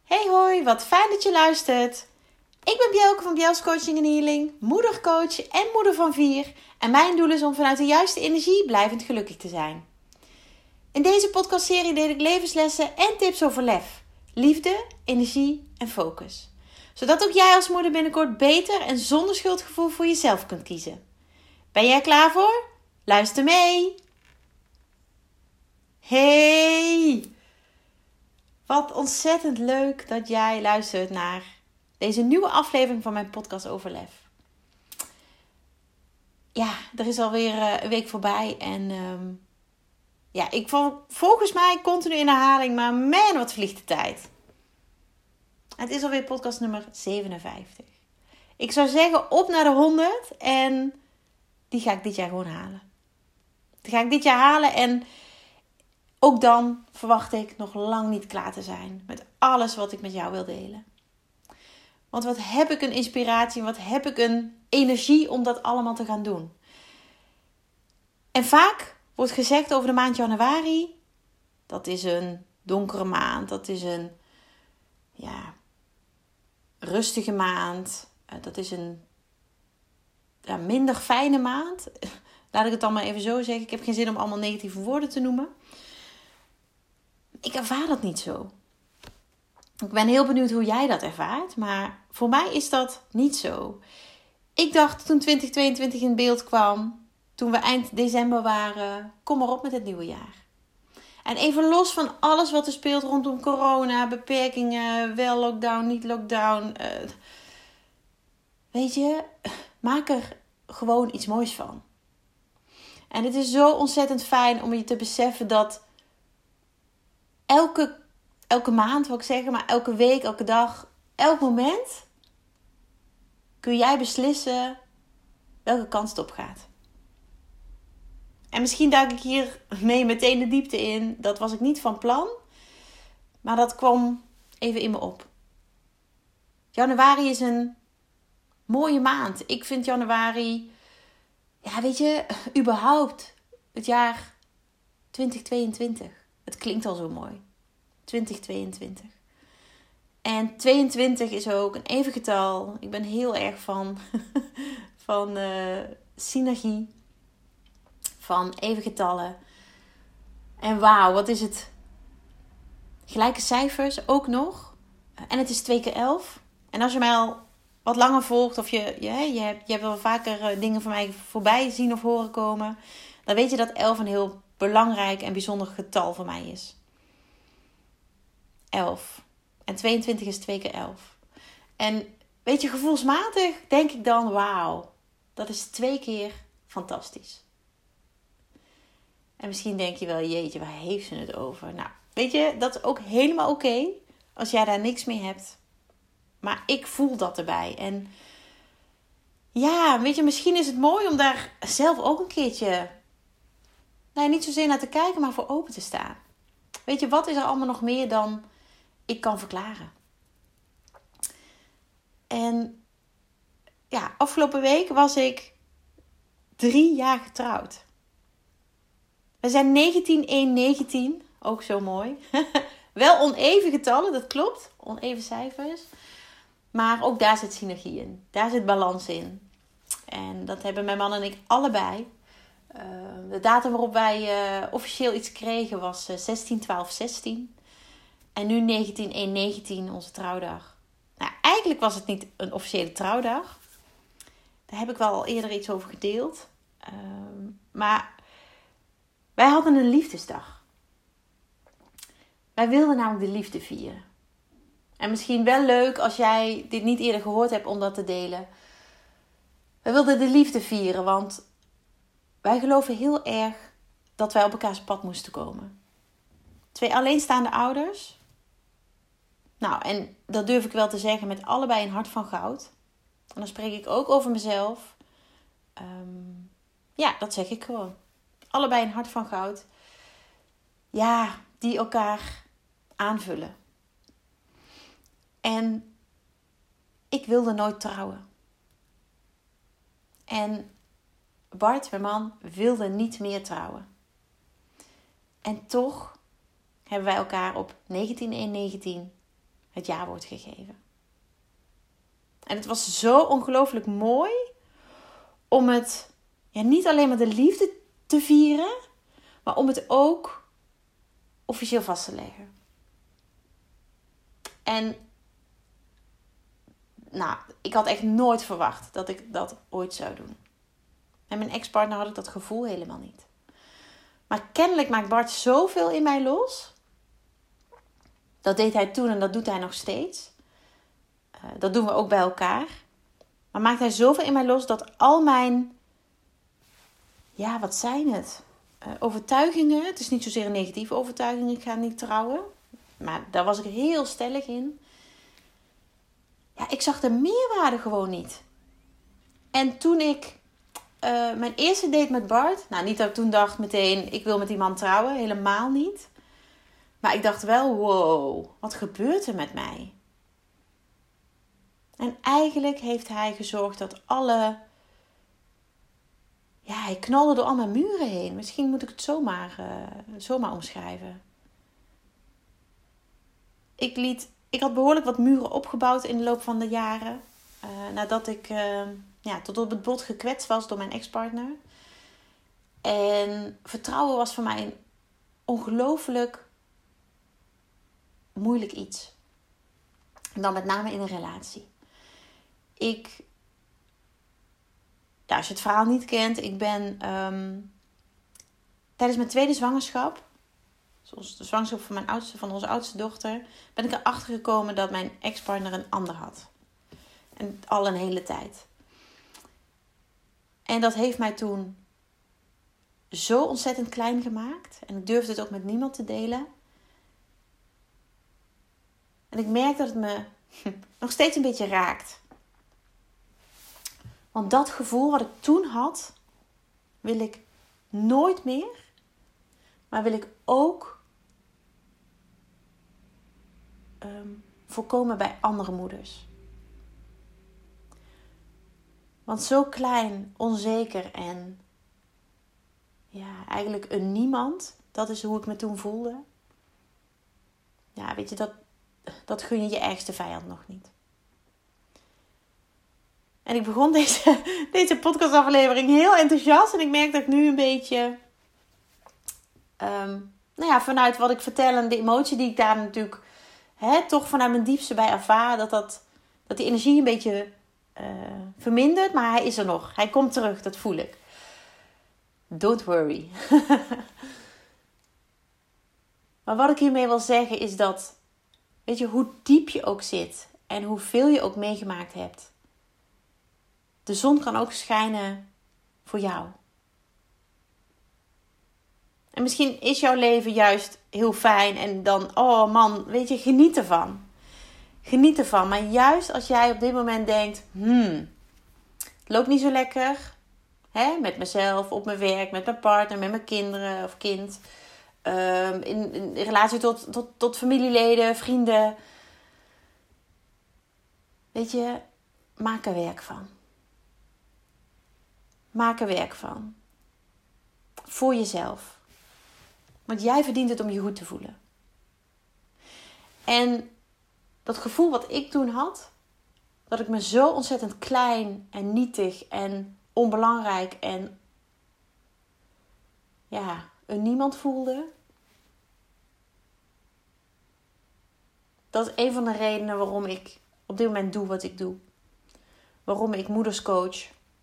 Hey hoi, wat fijn dat je luistert. Ik ben Bjelke van Bjels Coaching & Healing, moedercoach en moeder van 4. En mijn doel is om vanuit de juiste energie blijvend gelukkig te zijn. In deze podcastserie deel ik levenslessen en tips over lef, liefde, energie en focus. Zodat ook jij als moeder binnenkort beter en zonder schuldgevoel voor jezelf kunt kiezen. Ben jij klaar voor? Luister mee! Hey! Wat ontzettend leuk dat jij luistert naar deze nieuwe aflevering van mijn podcast over lef. Ja, er is alweer een week voorbij en ik val volgens mij continu in herhaling, maar man, wat vliegt de tijd. Het is alweer podcast nummer 57. Ik zou zeggen op naar de 100 en die ga ik dit jaar gewoon halen. Die ga ik dit jaar halen en ook dan verwacht ik nog lang niet klaar te zijn met alles wat ik met jou wil delen. Want wat heb ik een inspiratie, wat heb ik een energie om dat allemaal te gaan doen. En vaak wordt gezegd over de maand januari, dat is een donkere maand, dat is een rustige maand, dat is een minder fijne maand. Laat ik het dan maar even zo zeggen. Ik heb geen zin om allemaal negatieve woorden te noemen. Ik ervaar dat niet zo. Ik ben heel benieuwd hoe jij dat ervaart. Maar voor mij is dat niet zo. Ik dacht toen 2022 in beeld kwam. Toen we eind december waren. Kom maar op met het nieuwe jaar. En even los van alles wat er speelt rondom corona. Beperkingen. Wel lockdown, niet lockdown. Weet je. Maak er gewoon iets moois van. En het is zo ontzettend fijn om je te beseffen dat elke maand, wil ik zeggen, maar elke week, elke dag, elk moment kun jij beslissen welke kant het op gaat. En misschien duik ik hier mee meteen de diepte in. Dat was ik niet van plan, maar dat kwam even in me op. Januari is een mooie maand. Ik vind januari, überhaupt het jaar 2022. Het klinkt al zo mooi. 2022. En 22 is ook een even getal. Ik ben heel erg van synergie. Van even getallen. En wauw, wat is het? Gelijke cijfers ook nog. En het is 2 keer 11. En als je mij al wat langer volgt. Of je hebt wel vaker dingen van mij voorbij zien of horen komen. Dan weet je dat 11 een heel belangrijk en bijzonder getal voor mij is. 11. En 22 is 2 keer 11. En weet je, gevoelsmatig denk ik dan, wauw, dat is 2 keer fantastisch. En misschien denk je wel, jeetje, waar heeft ze het over? Nou, weet je, dat is ook helemaal oké als jij daar niks mee hebt. Maar ik voel dat erbij. En ja, weet je, misschien is het mooi om daar zelf ook een keertje, niet zozeer naar te kijken, maar voor open te staan. Weet je, wat is er allemaal nog meer dan ik kan verklaren? En ja, afgelopen week was ik 3 jaar getrouwd. We zijn 19 ook zo mooi. Wel oneven getallen, dat klopt. Oneven cijfers. Maar ook daar zit synergie in. Daar zit balans in. En dat hebben mijn man en ik allebei. De datum waarop wij officieel iets kregen was 16/12/16. En nu 19/1/19, onze trouwdag. Nou, eigenlijk was het niet een officiële trouwdag. Daar heb ik wel al eerder iets over gedeeld. Maar wij hadden een liefdesdag. Wij wilden namelijk de liefde vieren. En misschien wel leuk als jij dit niet eerder gehoord hebt om dat te delen. Wij wilden de liefde vieren, want wij geloven heel erg dat wij op elkaars pad moesten komen. 2 alleenstaande ouders. Nou, en dat durf ik wel te zeggen met allebei een hart van goud. En dan spreek ik ook over mezelf. Dat zeg ik gewoon. Allebei een hart van goud. Ja, die elkaar aanvullen. En ik wilde nooit trouwen. En Bart, mijn man, wilde niet meer trouwen. En toch hebben wij elkaar op 19/1/19 het ja-woord gegeven. En het was zo ongelooflijk mooi om het niet alleen maar de liefde te vieren, maar om het ook officieel vast te leggen. En ik had echt nooit verwacht dat ik dat ooit zou doen. Met mijn ex-partner had ik dat gevoel helemaal niet. Maar kennelijk maakt Bart zoveel in mij los. Dat deed hij toen en dat doet hij nog steeds. Dat doen we ook bij elkaar. Maar maakt hij zoveel in mij los dat al mijn... Ja, wat zijn het? Overtuigingen. Het is niet zozeer een negatieve overtuiging. Ik ga niet trouwen. Maar daar was ik heel stellig in. Ja, ik zag de meerwaarde gewoon niet. En toen ik mijn eerste date met Bart... niet dat ik toen dacht meteen, ik wil met die man trouwen. Helemaal niet. Maar ik dacht wel, wow, wat gebeurt er met mij? En eigenlijk heeft hij gezorgd dat hij knalde door al mijn muren heen. Misschien moet ik het zomaar omschrijven. Ik had behoorlijk wat muren opgebouwd in de loop van de jaren. Nadat ik tot op het bot gekwetst was door mijn ex-partner. En vertrouwen was voor mij een ongelooflijk moeilijk iets. En dan met name in een relatie. Als je het verhaal niet kent, ik ben tijdens mijn tweede zwangerschap, zoals de zwangerschap van onze oudste dochter, ben ik erachter gekomen dat mijn ex-partner een ander had. En al een hele tijd. En dat heeft mij toen zo ontzettend klein gemaakt. En ik durfde het ook met niemand te delen. En ik merk dat het me nog steeds een beetje raakt. Want dat gevoel wat ik toen had, wil ik nooit meer. Maar wil ik ook voorkomen bij andere moeders. Want zo klein, onzeker en eigenlijk een niemand. Dat is hoe ik me toen voelde. Ja, weet je, dat gun je je ergste vijand nog niet. En ik begon deze podcastaflevering heel enthousiast. En ik merk dat ik nu een beetje... vanuit wat ik vertel en de emotie die ik daar natuurlijk... toch vanuit mijn diepste bij ervaar... dat die energie een beetje vermindert. Maar hij is er nog. Hij komt terug, dat voel ik. Don't worry. Maar wat ik hiermee wil zeggen is dat... Weet je, hoe diep je ook zit... en hoeveel je ook meegemaakt hebt... De zon kan ook schijnen voor jou. En misschien is jouw leven juist heel fijn. En dan, oh man, weet je, geniet ervan. Geniet ervan. Maar juist als jij op dit moment denkt... Het loopt niet zo lekker. Met mezelf, op mijn werk, met mijn partner, met mijn kinderen of kind. In relatie tot familieleden, vrienden. Weet je, maak er werk van. Maak er werk van. Voor jezelf. Want jij verdient het om je goed te voelen. En dat gevoel wat ik toen had. Dat ik me zo ontzettend klein en nietig en onbelangrijk en een niemand voelde. Dat is een van de redenen waarom ik op dit moment doe wat ik doe. Waarom ik moeders coach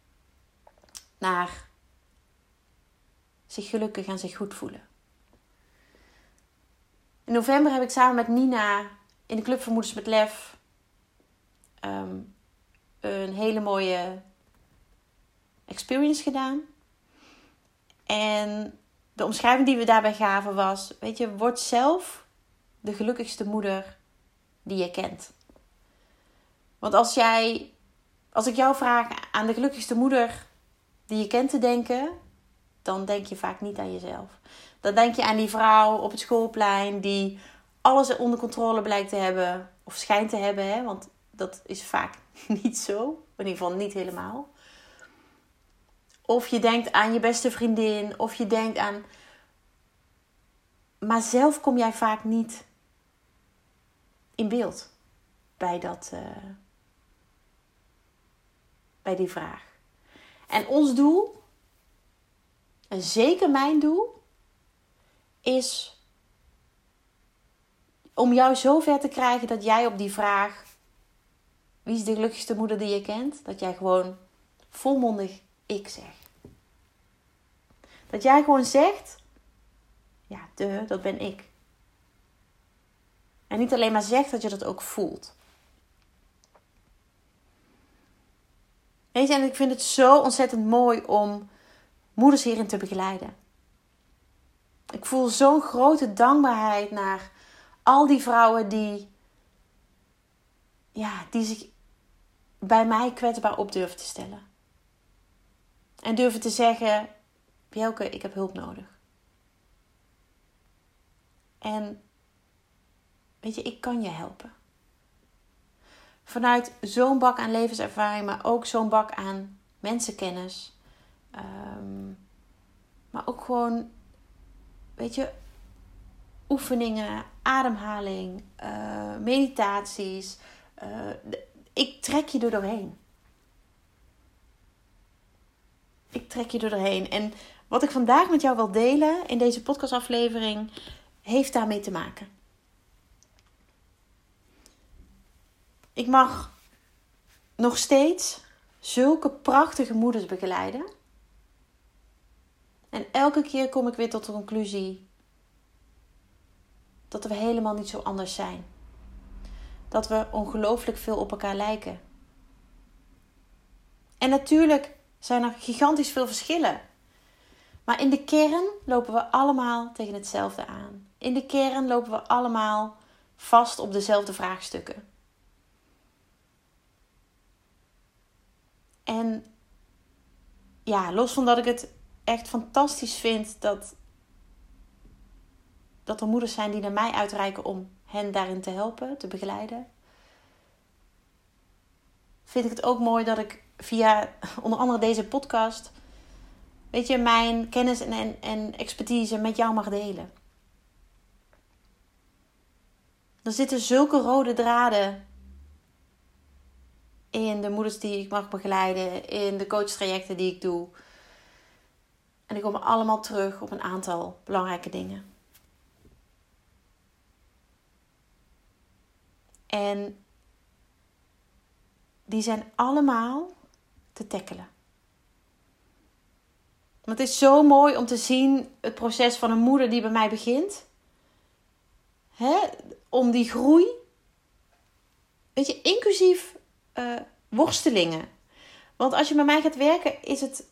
naar zich gelukkig en zich goed voelen. In november heb ik samen met Nina in de Club voor Moeders met Lef een hele mooie experience gedaan. En de omschrijving die we daarbij gaven was... Weet je, word zelf de gelukkigste moeder die je kent. Want als ik jou vraag aan de gelukkigste moeder die je kent te denken... dan denk je vaak niet aan jezelf. Dan denk je aan die vrouw op het schoolplein die alles onder controle blijkt te hebben. Of schijnt te hebben, hè? Want dat is vaak niet zo. In ieder geval niet helemaal. Of je denkt aan je beste vriendin. Of je denkt aan... Maar zelf kom jij vaak niet in beeld. bij die vraag. En ons doel, en zeker mijn doel, is om jou zover te krijgen dat jij op die vraag, wie is de gelukkigste moeder die je kent? Dat jij gewoon volmondig ik zegt. Dat jij gewoon zegt, ja, dat ben ik. En niet alleen maar zegt, dat je dat ook voelt. Weet je, en ik vind het zo ontzettend mooi om moeders hierin te begeleiden. Ik voel zo'n grote dankbaarheid naar al die vrouwen die zich bij mij kwetsbaar op durven te stellen. En durven te zeggen, Bjelke, ik heb hulp nodig. En weet je, ik kan je helpen. Vanuit zo'n bak aan levenservaring, maar ook zo'n bak aan mensenkennis. Maar ook gewoon, weet je, oefeningen, ademhaling, meditaties. Ik trek je er doorheen. Ik trek je er doorheen. En wat ik vandaag met jou wil delen in deze podcastaflevering heeft daarmee te maken. Ik mag nog steeds zulke prachtige moeders begeleiden. En elke keer kom ik weer tot de conclusie dat we helemaal niet zo anders zijn. Dat we ongelooflijk veel op elkaar lijken. En natuurlijk zijn er gigantisch veel verschillen. Maar in de kern lopen we allemaal tegen hetzelfde aan. In de kern lopen we allemaal vast op dezelfde vraagstukken. En ja, los van dat ik het echt fantastisch vind dat er moeders zijn die naar mij uitreiken om hen daarin te helpen, te begeleiden. Vind ik het ook mooi dat ik via onder andere deze podcast, weet je, mijn kennis en expertise met jou mag delen. Er zitten zulke rode draden in de moeders die ik mag begeleiden, in de coachtrajecten die ik doe. En die komen allemaal terug op een aantal belangrijke dingen. En die zijn allemaal te tackelen. Want het is zo mooi om te zien het proces van een moeder die bij mij begint. Om die groei. Weet je, inclusief worstelingen. Want als je bij mij gaat werken, is het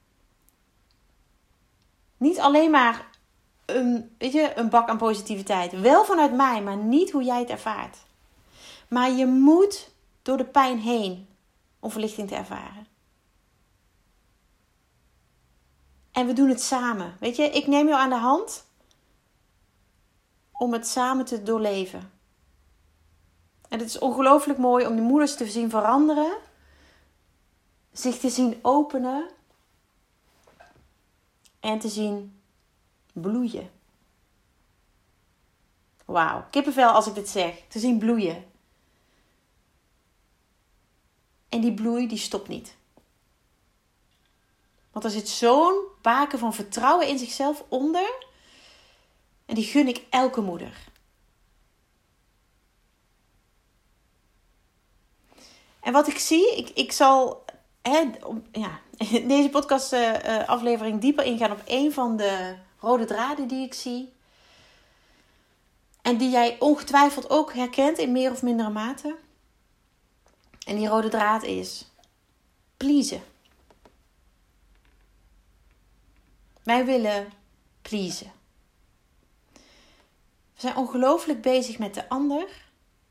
niet alleen maar een bak aan positiviteit. Wel vanuit mij, maar niet hoe jij het ervaart. Maar je moet door de pijn heen om verlichting te ervaren. En we doen het samen. Weet je, ik neem jou aan de hand om het samen te doorleven. En het is ongelooflijk mooi om de moeders te zien veranderen. Zich te zien openen. En te zien bloeien. Wauw, kippenvel als ik dit zeg. Te zien bloeien. En die bloei, die stopt niet. Want er zit zo'n baken van vertrouwen in zichzelf onder. En die gun ik elke moeder. En wat ik zie, ik zal in deze podcast aflevering dieper ingaan op een van de rode draden die ik zie. En die jij ongetwijfeld ook herkent in meer of mindere mate. En die rode draad is pleasen. Wij willen pleasen. We zijn ongelooflijk bezig met de ander.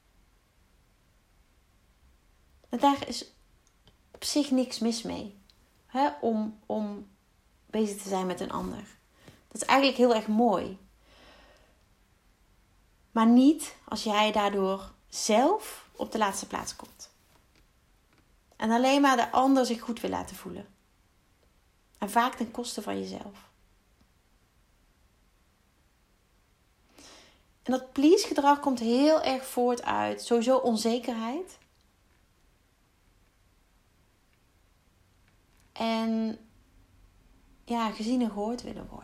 En daar is op zich niks mis mee. Om bezig te zijn met een ander. Dat is eigenlijk heel erg mooi. Maar niet als jij daardoor zelf op de laatste plaats komt. En alleen maar de ander zich goed wil laten voelen. En vaak ten koste van jezelf. En dat please gedrag komt heel erg voort uit sowieso onzekerheid. En ja, gezien en gehoord willen worden.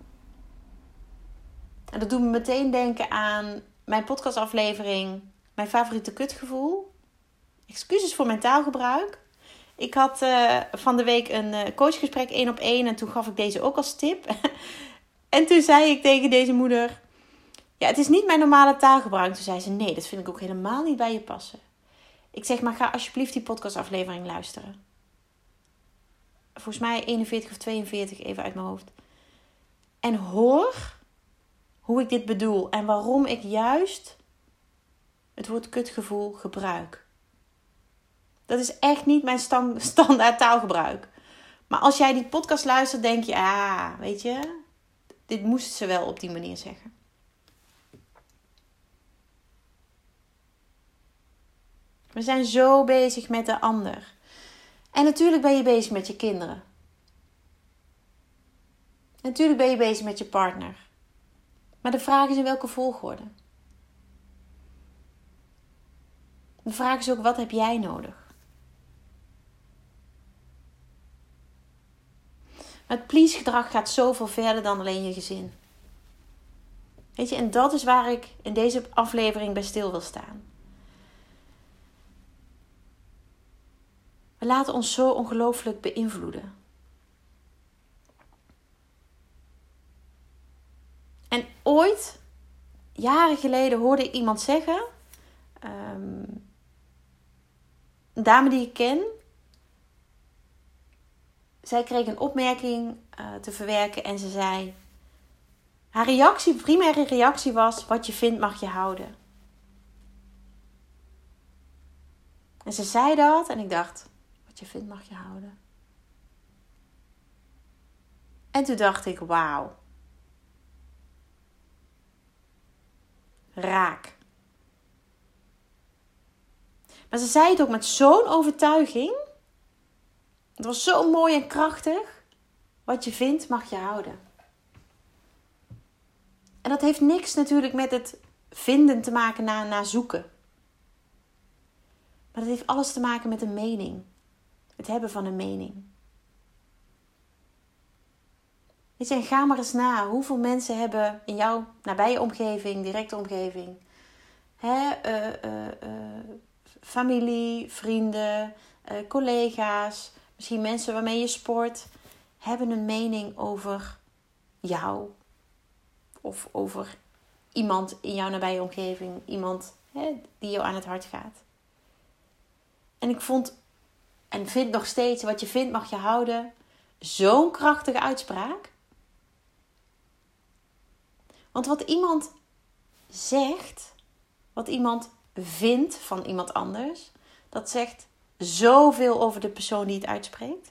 En dat doet me meteen denken aan mijn podcastaflevering Mijn favoriete kutgevoel. Excuses voor mijn taalgebruik. Ik had van de week een coachgesprek 1-op-1 en toen gaf ik deze ook als tip. En toen zei ik tegen deze moeder: ja, het is niet mijn normale taalgebruik. Toen zei ze: nee, dat vind ik ook helemaal niet bij je passen. Ik zeg: maar ga alsjeblieft die podcastaflevering luisteren. Volgens mij 41 of 42, even uit mijn hoofd. En hoor hoe ik dit bedoel en waarom ik juist het woord kutgevoel gebruik. Dat is echt niet mijn standaard taalgebruik. Maar als jij die podcast luistert, denk je: weet je, dit moest ze wel op die manier zeggen. We zijn zo bezig met de ander. En natuurlijk ben je bezig met je kinderen. Natuurlijk ben je bezig met je partner. Maar de vraag is in welke volgorde. De vraag is ook: wat heb jij nodig? Het please gedrag gaat zoveel verder dan alleen je gezin. Weet je, en dat is waar ik in deze aflevering bij stil wil staan. We laten ons zo ongelooflijk beïnvloeden. En ooit, jaren geleden, hoorde ik iemand zeggen, een dame die ik ken, zij kreeg een opmerking te verwerken en ze zei, haar reactie, primaire reactie was: wat je vindt mag je houden. En ze zei dat en ik dacht: wat je vindt mag je houden. En toen dacht ik: wauw. Raak. Maar ze zei het ook met zo'n overtuiging. Het was zo mooi en krachtig. Wat je vindt mag je houden. En dat heeft niks natuurlijk met het vinden te maken na zoeken. Maar dat heeft alles te maken met een mening. Het hebben van een mening. Weet je, en ga maar eens na. Hoeveel mensen hebben in jouw nabije omgeving, directe omgeving, familie, vrienden, collega's, misschien mensen waarmee je sport, hebben een mening over jou. Of over iemand in jouw nabije omgeving. Iemand die jou aan het hart gaat. En ik vond, en vind nog steeds, wat je vindt mag je houden, zo'n krachtige uitspraak. Want wat iemand zegt, wat iemand vindt van iemand anders, dat zegt zoveel over de persoon die het uitspreekt.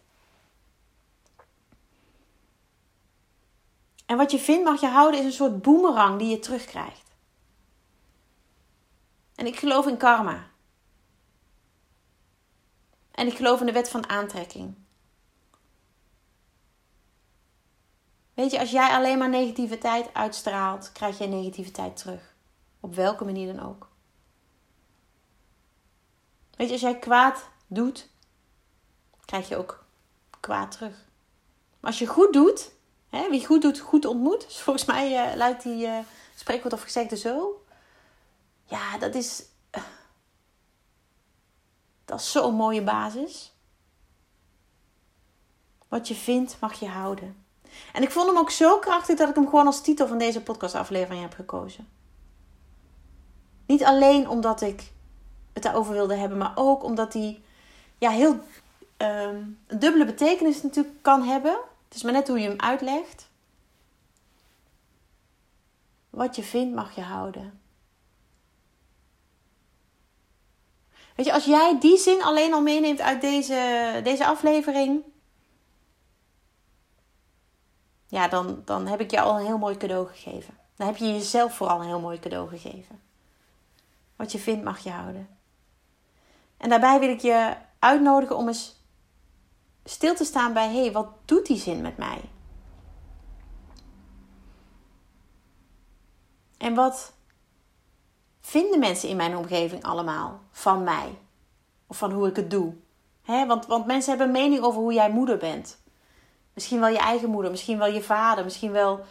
En wat je vindt mag je houden is een soort boemerang die je terugkrijgt. En ik geloof in karma. En ik geloof in de wet van aantrekking. Weet je, als jij alleen maar negativiteit uitstraalt, krijg je negativiteit terug. Op welke manier dan ook. Weet je, als jij kwaad doet, krijg je ook kwaad terug. Maar als je goed doet, wie goed doet, goed ontmoet. Dus volgens mij luidt die spreekwoord of gezegde zo. Ja, dat is zo'n mooie basis. Wat je vindt, mag je houden. En ik vond hem ook zo krachtig dat ik hem gewoon als titel van deze podcastaflevering heb gekozen. Niet alleen omdat ik het daarover wilde hebben, maar ook omdat hij heel een dubbele betekenis natuurlijk kan hebben. Het is maar net hoe je hem uitlegt. Wat je vindt mag je houden. Weet je, als jij die zin alleen al meeneemt uit deze aflevering, ja, dan heb ik je al een heel mooi cadeau gegeven. Dan heb je jezelf vooral een heel mooi cadeau gegeven. Wat je vindt mag je houden. En daarbij wil ik je uitnodigen om eens stil te staan bij, wat doet die zin met mij? En wat vinden mensen in mijn omgeving allemaal van mij? Of van hoe ik het doe? Want mensen hebben een mening over hoe jij moeder bent. Misschien wel je eigen moeder, misschien wel je vader, misschien wel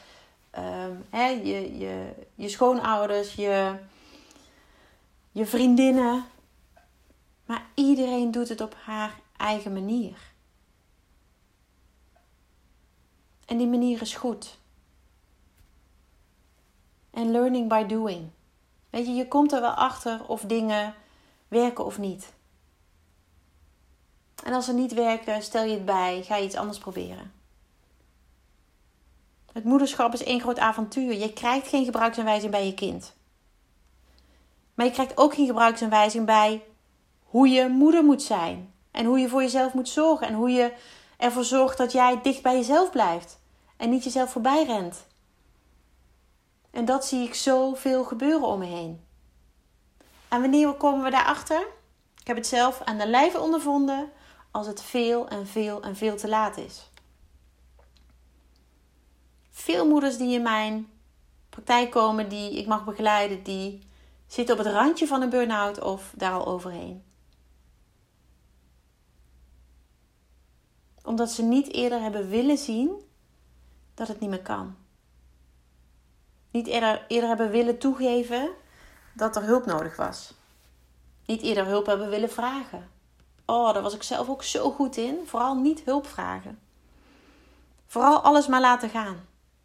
je schoonouders, je vriendinnen. Maar iedereen doet het op haar eigen manier. En die manier is goed. En learning by doing. Weet je komt er wel achter of dingen werken of niet. En als ze niet werken, stel je het bij, ga je iets anders proberen. Het moederschap is één groot avontuur. Je krijgt geen gebruiksaanwijzing bij je kind. Maar je krijgt ook geen gebruiksaanwijzing bij hoe je moeder moet zijn. En hoe je voor jezelf moet zorgen. En hoe je ervoor zorgt dat jij dicht bij jezelf blijft. En niet jezelf voorbij rent. En dat zie ik zoveel gebeuren om me heen. En wanneer komen we daarachter? Ik heb het zelf aan de lijve ondervonden als het veel en veel en veel te laat is. Veel moeders die in mijn praktijk komen, die ik mag begeleiden, die zitten op het randje van een burn-out of daar al overheen. Omdat ze niet eerder hebben willen zien dat het niet meer kan. Niet eerder hebben willen toegeven dat er hulp nodig was. Niet eerder hulp hebben willen vragen. Oh, daar was ik zelf ook zo goed in. Vooral niet hulp vragen. Vooral alles maar laten gaan.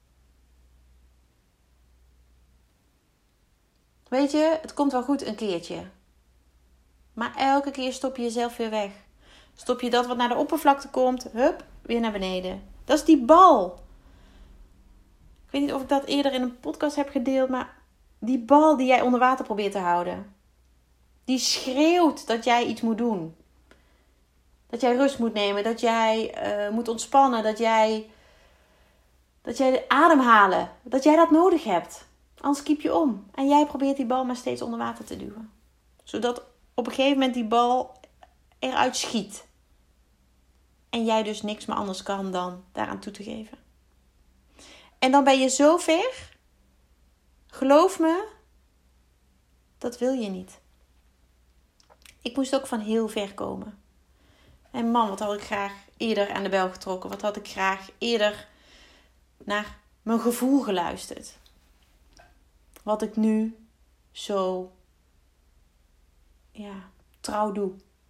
Weet je, het komt wel goed een keertje. Maar elke keer stop je jezelf weer weg. Stop je dat wat naar de oppervlakte komt, hup, weer naar beneden. Dat is die bal. Ik weet niet of ik dat eerder in een podcast heb gedeeld, maar die bal die jij onder water probeert te houden. Die schreeuwt dat jij iets moet doen. Dat jij rust moet nemen, dat jij moet ontspannen, dat jij ademhalen. Dat jij dat nodig hebt. Anders kiep je om. En jij probeert die bal maar steeds onder water te duwen. Zodat op een gegeven moment die bal eruit schiet. En jij dus niks meer anders kan dan daaraan toe te geven. En dan ben je zo ver. Geloof me, dat wil je niet. Ik moest ook van heel ver komen. En man, wat had ik graag eerder aan de bel getrokken. Wat had ik graag eerder naar mijn gevoel geluisterd. Wat ik nu zo trouw doe.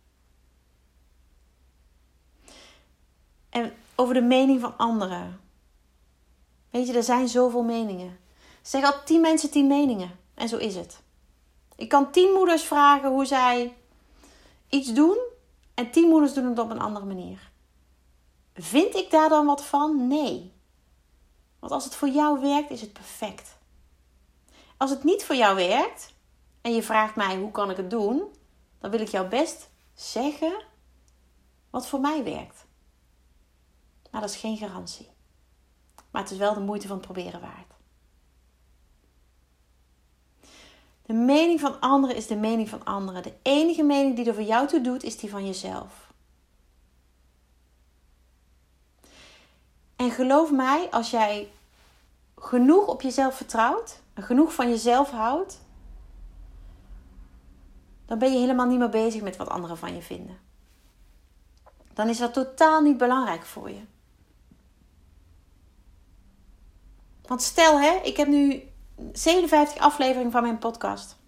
En over de mening van anderen. Weet je, er zijn zoveel meningen. Zeg al 10 mensen 10 meningen. En zo is het. Ik kan 10 moeders vragen hoe zij iets doen. En 10 moeders doen het op een andere manier. Vind ik daar dan wat van? Nee. Want als het voor jou werkt, is het perfect. Als het niet voor jou werkt en je vraagt mij hoe kan ik het doen, dan wil ik jou best zeggen wat voor mij werkt. Maar dat is geen garantie. Maar het is wel de moeite van het proberen waard. De mening van anderen is de mening van anderen. De enige mening die er voor jou toe doet, is die van jezelf. En geloof mij, als jij genoeg op jezelf vertrouwt en genoeg van jezelf houdt, dan ben je helemaal niet meer bezig met wat anderen van je vinden. Dan is dat totaal niet belangrijk voor je. Want stel, ik heb nu 57 afleveringen van mijn podcast.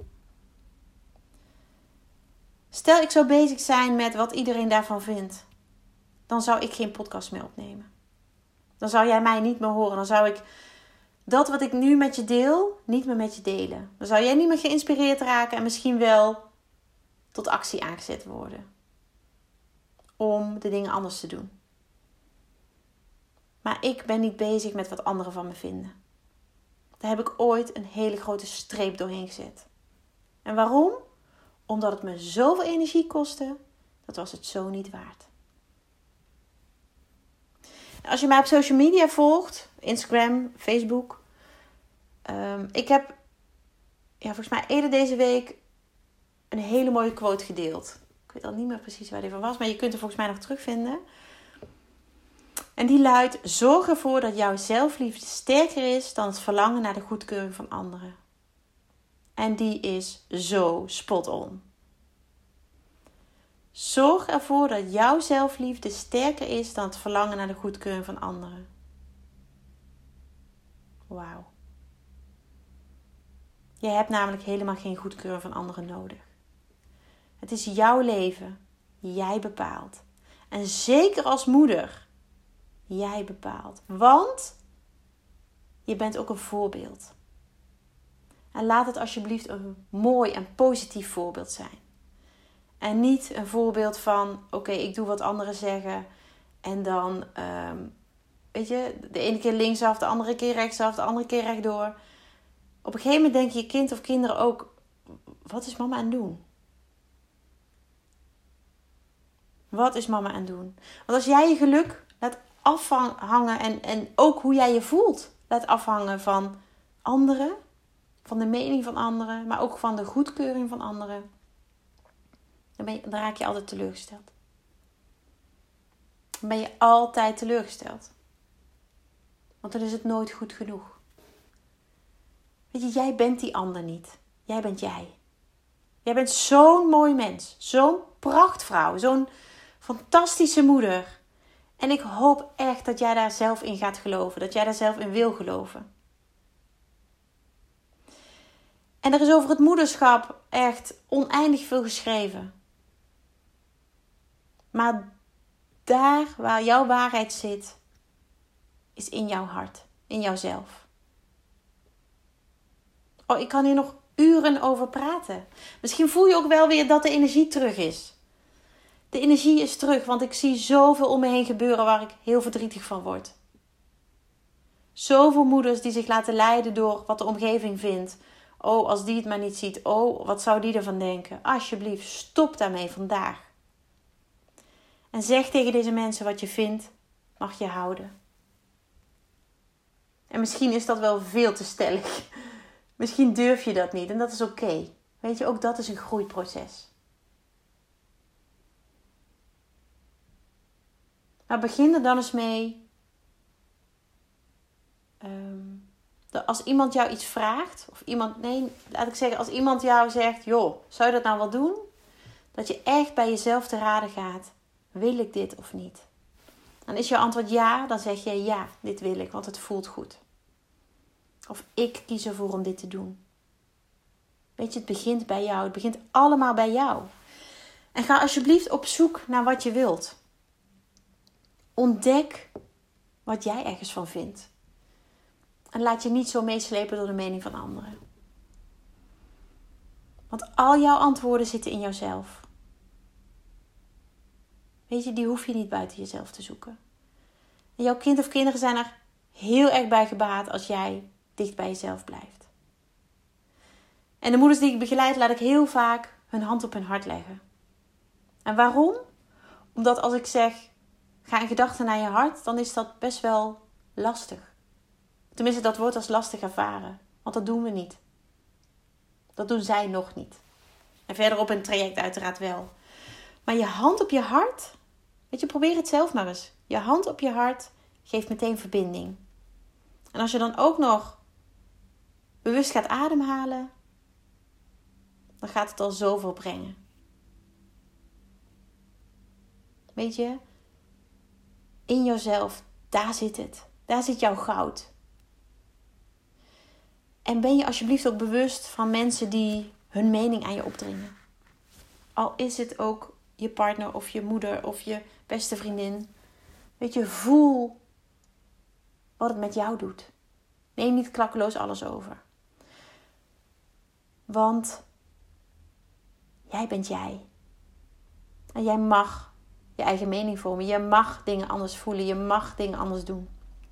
Stel ik zou bezig zijn met wat iedereen daarvan vindt. Dan zou ik geen podcast meer opnemen. Dan zou jij mij niet meer horen. Dan zou ik dat wat ik nu met je deel, niet meer met je delen. Dan zou jij niet meer geïnspireerd raken en misschien wel tot actie aangezet worden. Om de dingen anders te doen. Maar ik ben niet bezig met wat anderen van me vinden. Daar heb ik ooit een hele grote streep doorheen gezet. En waarom? Omdat het me zoveel energie kostte, dat was het zo niet waard. Als je mij op social media volgt, Instagram, Facebook. Ik heb volgens mij eerder deze week een hele mooie quote gedeeld. Ik weet al niet meer precies waar die van was, maar je kunt er volgens mij nog terugvinden. En die luidt: zorg ervoor dat jouw zelfliefde sterker is dan het verlangen naar de goedkeuring van anderen. En die is zo spot on. Zorg ervoor dat jouw zelfliefde sterker is dan het verlangen naar de goedkeuring van anderen. Wauw. Je hebt namelijk helemaal geen goedkeuring van anderen nodig. Het is jouw leven. Jij bepaalt. En zeker als moeder. Jij bepaalt. Want je bent ook een voorbeeld. En laat het alsjeblieft een mooi en positief voorbeeld zijn. En niet een voorbeeld van, oké, ik doe wat anderen zeggen. En dan, weet je, de ene keer linksaf, de andere keer rechtsaf, de andere keer rechtdoor. Op een gegeven moment denk je kind of kinderen ook, wat is mama aan het doen? Wat is mama aan het doen? Want als jij je geluk laat afhangen en ook hoe jij je voelt laat afhangen van anderen, van de mening van anderen, maar ook van de goedkeuring van anderen, dan raak je altijd teleurgesteld. Dan ben je altijd teleurgesteld. Want dan is het nooit goed genoeg. Weet je, jij bent die ander niet. Jij bent jij. Jij bent zo'n mooi mens. Zo'n prachtvrouw. Zo'n fantastische moeder. En ik hoop echt dat jij daar zelf in gaat geloven. Dat jij daar zelf in wil geloven. En er is over het moederschap echt oneindig veel geschreven. Maar daar waar jouw waarheid zit, is in jouw hart. In jouzelf. Oh, ik kan hier nog uren over praten. Misschien voel je ook wel weer dat de energie terug is. De energie is terug, want ik zie zoveel om me heen gebeuren waar ik heel verdrietig van word. Zoveel moeders die zich laten leiden door wat de omgeving vindt. Oh, als die het maar niet ziet. Oh, wat zou die ervan denken? Alsjeblieft, stop daarmee vandaag. En zeg tegen deze mensen wat je vindt, mag je houden. En misschien is dat wel veel te stellig. Misschien durf je dat niet en dat is oké. Weet je, ook dat is een groeiproces. Maar begin er dan eens mee. Als iemand jou iets vraagt. Als iemand jou zegt. Joh, zou je dat nou wel doen? Dat je echt bij jezelf te raden gaat. Wil ik dit of niet? Dan is je antwoord ja. Dan zeg je ja, dit wil ik. Want het voelt goed. Of ik kies ervoor om dit te doen. Weet je, het begint bij jou. Het begint allemaal bij jou. En ga alsjeblieft op zoek naar wat je wilt. Ontdek wat jij ergens van vindt. En laat je niet zo meeslepen door de mening van anderen. Want al jouw antwoorden zitten in jouzelf. Weet je, die hoef je niet buiten jezelf te zoeken. En jouw kind of kinderen zijn er heel erg bij gebaat als jij dicht bij jezelf blijft. En de moeders die ik begeleid, laat ik heel vaak hun hand op hun hart leggen. En waarom? Omdat als ik zeg, ga in gedachten naar je hart, dan is dat best wel lastig. Tenminste, dat wordt als lastig ervaren. Want dat doen we niet. Dat doen zij nog niet. En verder op een traject uiteraard wel. Maar je hand op je hart, weet je, probeer het zelf maar eens. Je hand op je hart geeft meteen verbinding. En als je dan ook nog bewust gaat ademhalen, dan gaat het al zoveel brengen. Weet je, in jezelf, daar zit het. Daar zit jouw goud. En ben je alsjeblieft ook bewust van mensen die hun mening aan je opdringen. Al is het ook je partner of je moeder of je beste vriendin. Weet je, voel wat het met jou doet. Neem niet klakkeloos alles over. Want jij bent jij. En jij mag je eigen mening vormen. Je mag dingen anders voelen. Je mag dingen anders doen.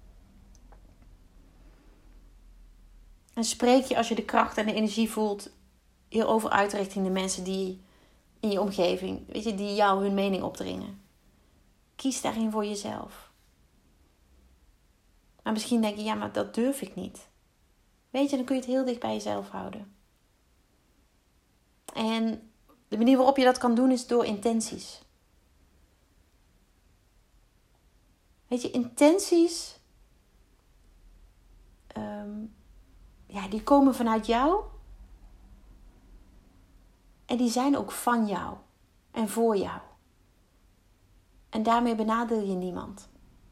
En spreek je als je de kracht en de energie voelt hierover uit richting de mensen die in je omgeving, weet je, die jou hun mening opdringen. Kies daarin voor jezelf. Maar misschien denk je, ja, maar dat durf ik niet. Weet je, dan kun je het heel dicht bij jezelf houden. En de manier waarop je dat kan doen is door intenties. Weet je, intenties, die komen vanuit jou. En die zijn ook van jou en voor jou. En daarmee benadeel je niemand.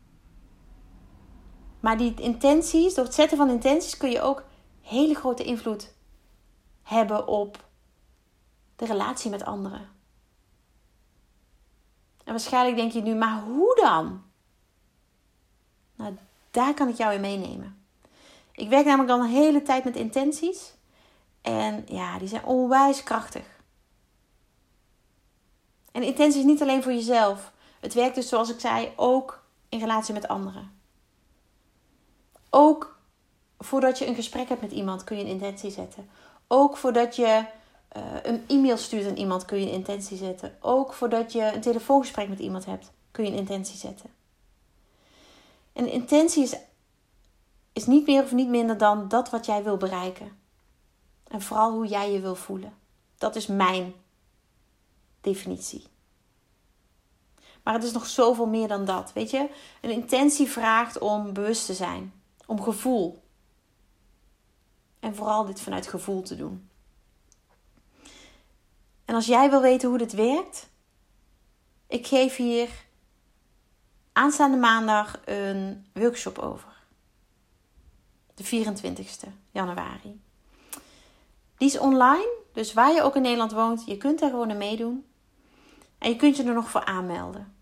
Maar die intenties, door het zetten van intenties kun je ook hele grote invloed hebben op de relatie met anderen. En waarschijnlijk denk je nu, maar hoe dan? Nou, daar kan ik jou in meenemen. Ik werk namelijk al een hele tijd met intenties. En ja, die zijn onwijs krachtig. En intentie is niet alleen voor jezelf. Het werkt dus, zoals ik zei, ook in relatie met anderen. Ook voordat je een gesprek hebt met iemand kun je een intentie zetten. Ook voordat je een e-mail stuurt aan iemand kun je een intentie zetten. Ook voordat je een telefoongesprek met iemand hebt kun je een intentie zetten. En een intentie is niet meer of niet minder dan dat wat jij wil bereiken. En vooral hoe jij je wil voelen. Dat is mijn definitie. Maar het is nog zoveel meer dan dat. Weet je, een intentie vraagt om bewust te zijn. Om gevoel. En vooral dit vanuit gevoel te doen. En als jij wil weten hoe dit werkt. Ik geef hier aanstaande maandag een workshop over. De 24e januari. Die is online. Dus waar je ook in Nederland woont. Je kunt daar gewoon aan meedoen. En je kunt je er nog voor aanmelden.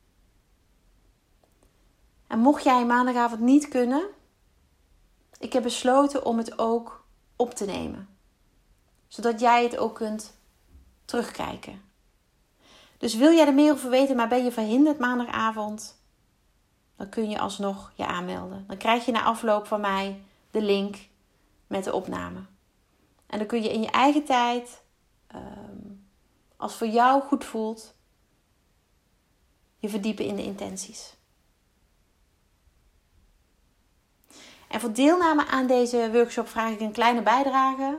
En mocht jij maandagavond niet kunnen. Ik heb besloten om het ook op te nemen. Zodat jij het ook kunt terugkijken. Dus wil jij er meer over weten, maar ben je verhinderd maandagavond. Dan kun je alsnog je aanmelden. Dan krijg je na afloop van mij de link met de opname. En dan kun je in je eigen tijd, als voor jou goed voelt, je verdiepen in de intenties. En voor deelname aan deze workshop vraag ik een kleine bijdrage.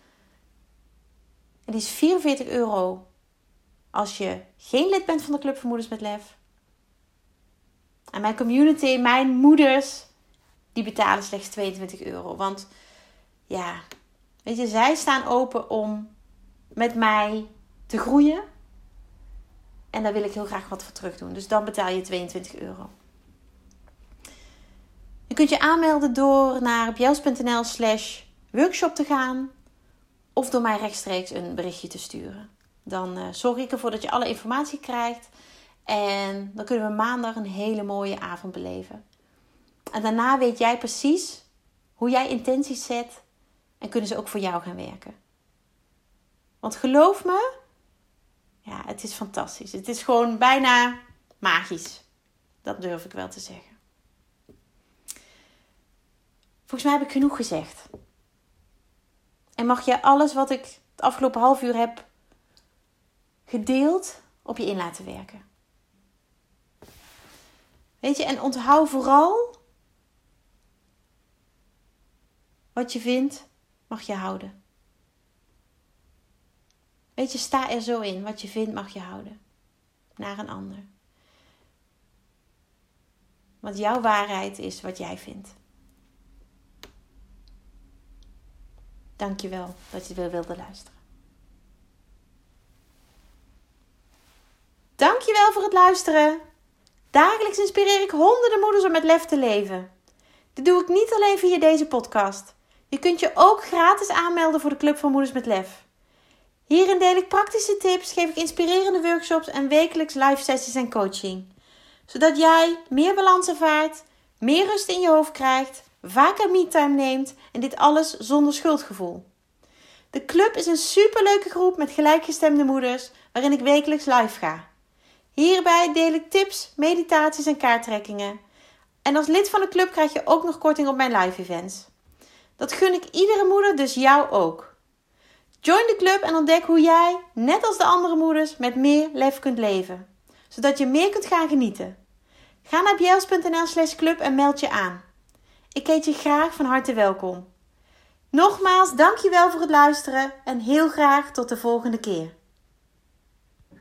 En die is €44 als je geen lid bent van de Club van Moeders met Lef. En mijn community, mijn moeders, die betalen slechts €22. Want ja, weet je, zij staan open om met mij te groeien. En daar wil ik heel graag wat voor terug doen. Dus dan betaal je €22. Je kunt je aanmelden door naar bjels.nl/workshop te gaan. Of door mij rechtstreeks een berichtje te sturen. Dan zorg ik ervoor dat je alle informatie krijgt. En dan kunnen we maandag een hele mooie avond beleven. En daarna weet jij precies hoe jij intenties zet. En kunnen ze ook voor jou gaan werken. Want geloof me, ja, het is fantastisch. Het is gewoon bijna magisch. Dat durf ik wel te zeggen. Volgens mij heb ik genoeg gezegd. En mag je alles wat ik het afgelopen half uur heb gedeeld op je in laten werken. Weet je, en onthoud vooral wat je vindt, mag je houden. Weet je, sta er zo in. Wat je vindt, mag je houden. Naar een ander. Want jouw waarheid is wat jij vindt. Dankjewel dat je weer wilde luisteren. Dankjewel voor het luisteren. Dagelijks inspireer ik honderden moeders om met lef te leven. Dit doe ik niet alleen via deze podcast. Je kunt je ook gratis aanmelden voor de Club van Moeders met Lef. Hierin deel ik praktische tips, geef ik inspirerende workshops en wekelijks live sessies en coaching. Zodat jij meer balans ervaart, meer rust in je hoofd krijgt, vaker me-time neemt en dit alles zonder schuldgevoel. De club is een superleuke groep met gelijkgestemde moeders waarin ik wekelijks live ga. Hierbij deel ik tips, meditaties en kaarttrekkingen. En als lid van de club krijg je ook nog korting op mijn live events. Dat gun ik iedere moeder, dus jou ook. Join de club en ontdek hoe jij, net als de andere moeders, met meer lef kunt leven. Zodat je meer kunt gaan genieten. Ga naar bjels.nl/club en meld je aan. Ik heet je graag van harte welkom. Nogmaals, dankjewel voor het luisteren en heel graag tot de volgende keer.